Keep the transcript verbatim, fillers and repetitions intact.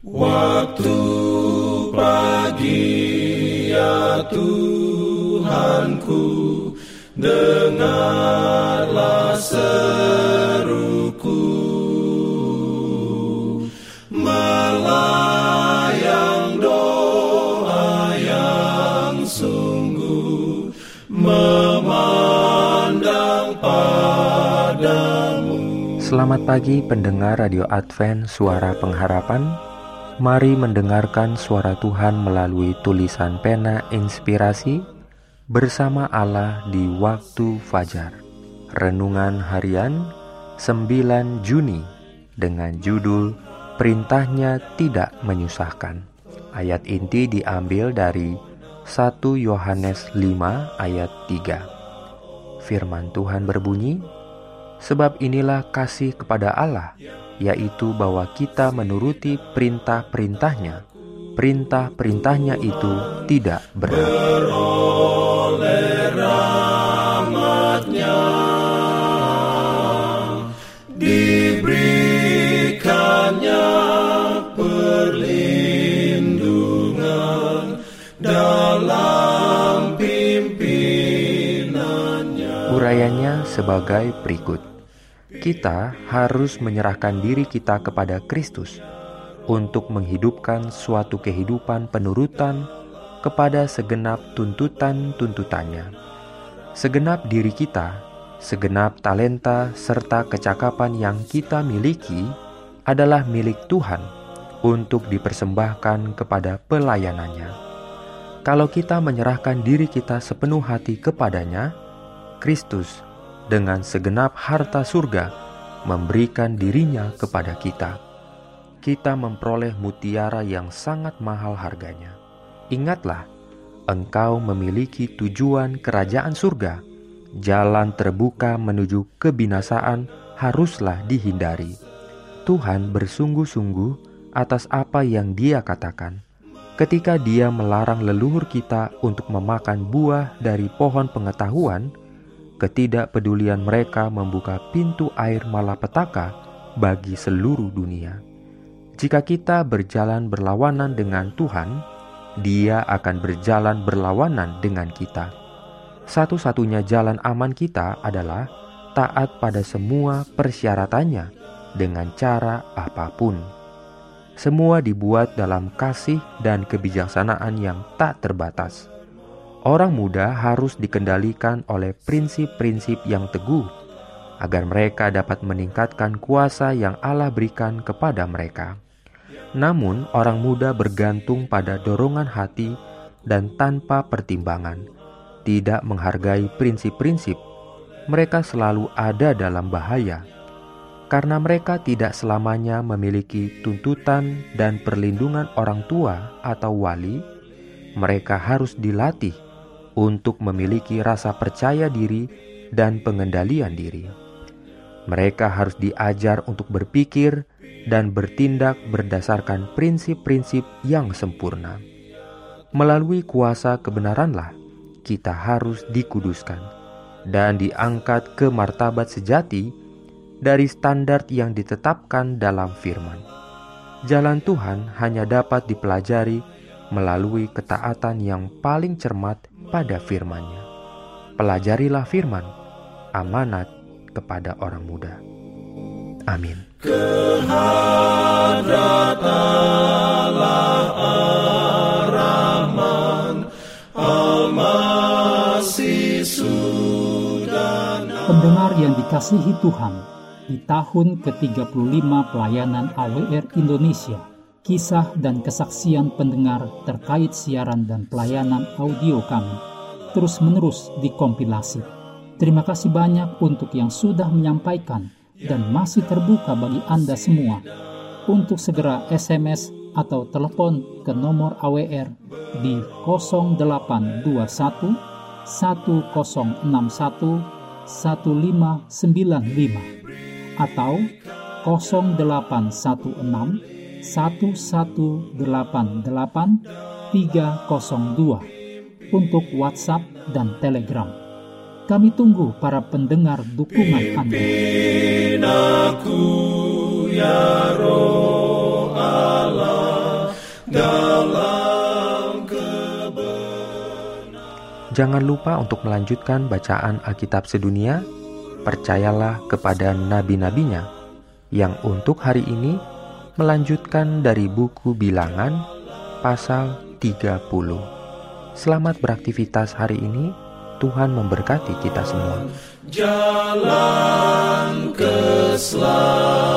Waktu pagi ya Tuhanku, dengarlah seruku, melayang doa yang sungguh, memandang padamu. Selamat pagi pendengar Radio Advent Suara Pengharapan. Mari mendengarkan suara Tuhan melalui tulisan pena inspirasi bersama Allah di waktu fajar. Renungan harian sembilan Juni dengan judul Perintahnya Tidak Menyusahkan. Ayat inti diambil dari satu Yohanes lima ayat tiga. Firman Tuhan berbunyi, "Sebab inilah kasih kepada Allah, yaitu bahwa kita menuruti perintah-perintahnya. Perintah-perintahnya itu tidak berat." Beroleh rahmat-Nya, diberikannya perlindungan dalam pimpinannya. Urayanya sebagai berikut. Kita harus menyerahkan diri kita kepada Kristus untuk menghidupkan suatu kehidupan penurutan kepada segenap tuntutan-tuntutannya. Segenap diri kita, segenap talenta serta kecakapan yang kita miliki adalah milik Tuhan untuk dipersembahkan kepada pelayanannya. Kalau kita menyerahkan diri kita sepenuh hati kepadanya, Kristus dengan segenap harta surga memberikan dirinya kepada kita. Kita memperoleh mutiara yang sangat mahal harganya. Ingatlah, engkau memiliki tujuan kerajaan surga. Jalan terbuka menuju kebinasaan haruslah dihindari. Tuhan bersungguh-sungguh atas apa yang Dia katakan ketika Dia melarang leluhur kita untuk memakan buah dari pohon pengetahuan. Ketidakpedulian mereka membuka pintu air malapetaka bagi seluruh dunia. Jika kita berjalan berlawanan dengan Tuhan, Dia akan berjalan berlawanan dengan kita. Satu-satunya jalan aman kita adalah taat pada semua persyaratannya dengan cara apapun. Semua dibuat dalam kasih dan kebijaksanaan yang tak terbatas. Orang muda harus dikendalikan oleh prinsip-prinsip yang teguh, agar mereka dapat meningkatkan kuasa yang Allah berikan kepada mereka. Namun, orang muda bergantung pada dorongan hati dan tanpa pertimbangan, tidak menghargai prinsip-prinsip. Mereka selalu ada dalam bahaya, karena mereka tidak selamanya memiliki tuntutan dan perlindungan orang tua atau wali. Mereka harus dilatih untuk memiliki rasa percaya diri dan pengendalian diri. Mereka harus diajar untuk berpikir dan bertindak berdasarkan prinsip-prinsip yang sempurna. Melalui kuasa kebenaranlah kita harus dikuduskan dan diangkat ke martabat sejati dari standar yang ditetapkan dalam firman. Jalan Tuhan hanya dapat dipelajari melalui ketaatan yang paling cermat pada firman-Nya. Pelajarilah firman, amanat kepada orang muda. Amin. Kehadrat Allah Ar-Rahman, Al-Masih sudah. Pendengar yang dikasihi Tuhan, di tahun ke tiga puluh lima pelayanan A W R Indonesia, kisah dan kesaksian pendengar terkait siaran dan pelayanan audio kami terus-menerus dikompilasi. Terima kasih banyak untuk yang sudah menyampaikan dan masih terbuka bagi Anda semua untuk segera S M S atau telepon ke nomor A W R di nol delapan dua satu satu nol enam satu satu lima sembilan lima atau nol delapan satu enam satu satu delapan delapan tiga nol dua untuk WhatsApp dan Telegram. Kami tunggu para pendengar dukungan Anda. Pimpin aku ya Roh Allah, Jangan lupa untuk melanjutkan bacaan Alkitab sedunia. Percayalah kepada nabi-nabinya yang untuk hari ini melanjutkan dari buku Bilangan pasal tiga puluh. Selamat beraktivitas hari ini. Tuhan memberkati kita semua. Jalan keselamatan.